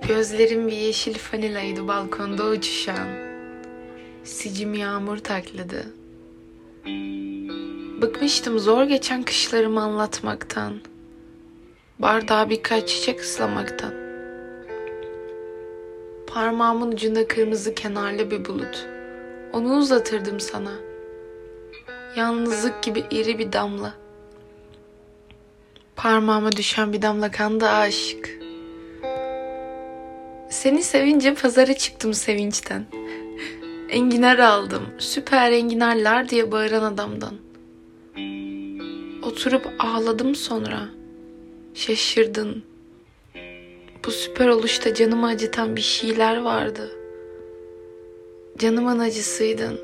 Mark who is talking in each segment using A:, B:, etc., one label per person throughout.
A: Gözlerim bir yeşil fanilaydı balkonda uçuşan. Sicim yağmur takladı. Bıkmıştım zor geçen kışlarımı anlatmaktan. Bardağa birkaç çiçek ıslamaktan. Parmağımın ucunda kırmızı kenarlı bir bulut. Onu uzatırdım sana. Yalnızlık gibi iri bir damla. Parmağıma düşen bir damla kan da aşk. Seni sevince pazara çıktım sevinçten. Enginar aldım. Süper enginarlar diye bağıran adamdan. Oturup ağladım sonra. Şaşırdın. Bu süper oluşta canımı acıtan bir şeyler vardı. Canımın acısıydın.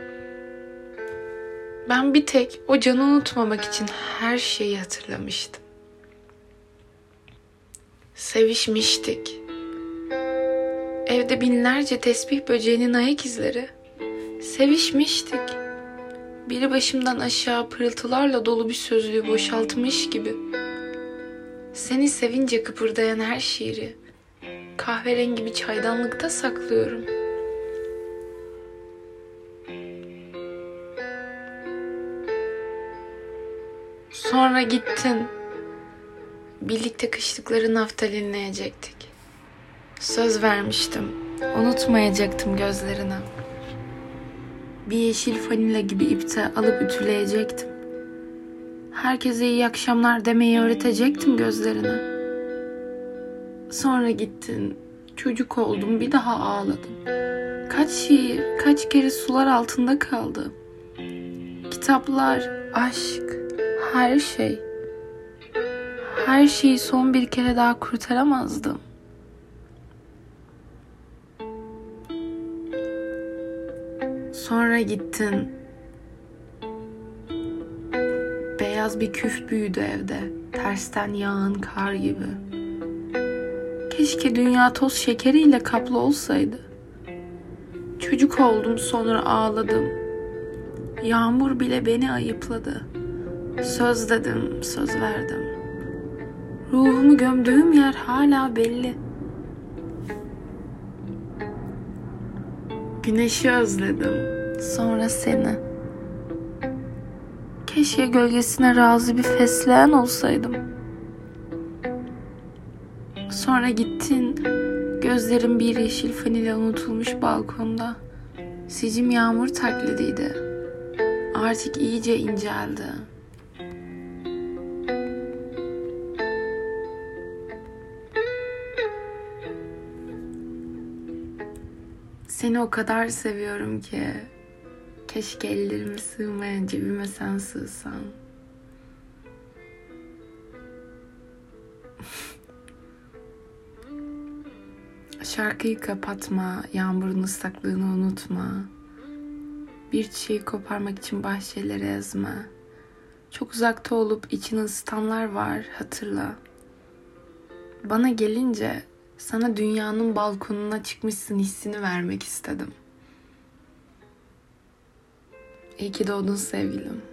A: Ben bir tek o canı unutmamak için her şeyi hatırlamıştım. Sevişmiştik. Evde binlerce tesbih böceğinin ayak izleri. Sevişmiştik. Biri başımdan aşağı pırıltılarla dolu bir sözlüğü boşaltmış gibi. Seni sevince kıpırdayan her şiiri kahverengi bir çaydanlıkta saklıyorum. Sonra gittin. Birlikte kışlıkları naftalinleyecektik. Söz vermiştim. Unutmayacaktım gözlerini. Bir yeşil fanila gibi ipte alıp ütüleyecektim. Herkese iyi akşamlar demeyi öğretecektim gözlerine. Sonra gittin. Çocuk oldum. Bir daha ağladım. Kaç şiir, kaç kere sular altında kaldı. Kitaplar, aşk, her şey. Her şeyi son bir kere daha kurtaramazdım. Sonra gittin. Beyaz bir küf büyüdü evde. Tersten yağan kar gibi. Keşke dünya toz şekeriyle kaplı olsaydı. Çocuk oldum sonra ağladım. Yağmur bile beni ayıpladı. Söz dedim, söz verdim. Ruhumu gömdüğüm yer hala belli. Güneşi özledim. Sonra seni. Keşke gölgesine razı bir fesleğen olsaydım. Sonra gittin. Gözlerim bir yeşil fanile unutulmuş balkonda. Sicim yağmur taklidiydi. Artık iyice inceldi. Seni o kadar seviyorum ki keşke ellerimi sığmayan cebime sen sığsan. Şarkıyı kapatma, yağmurun ıslaklığını unutma. Bir çiçeği koparmak için bahçeleri ezme. Çok uzakta olup içini ısıtanlar var, hatırla. Bana gelince sana dünyanın balkonuna çıkmışsın hissini vermek istedim. İyi ki doğdun sevgilim.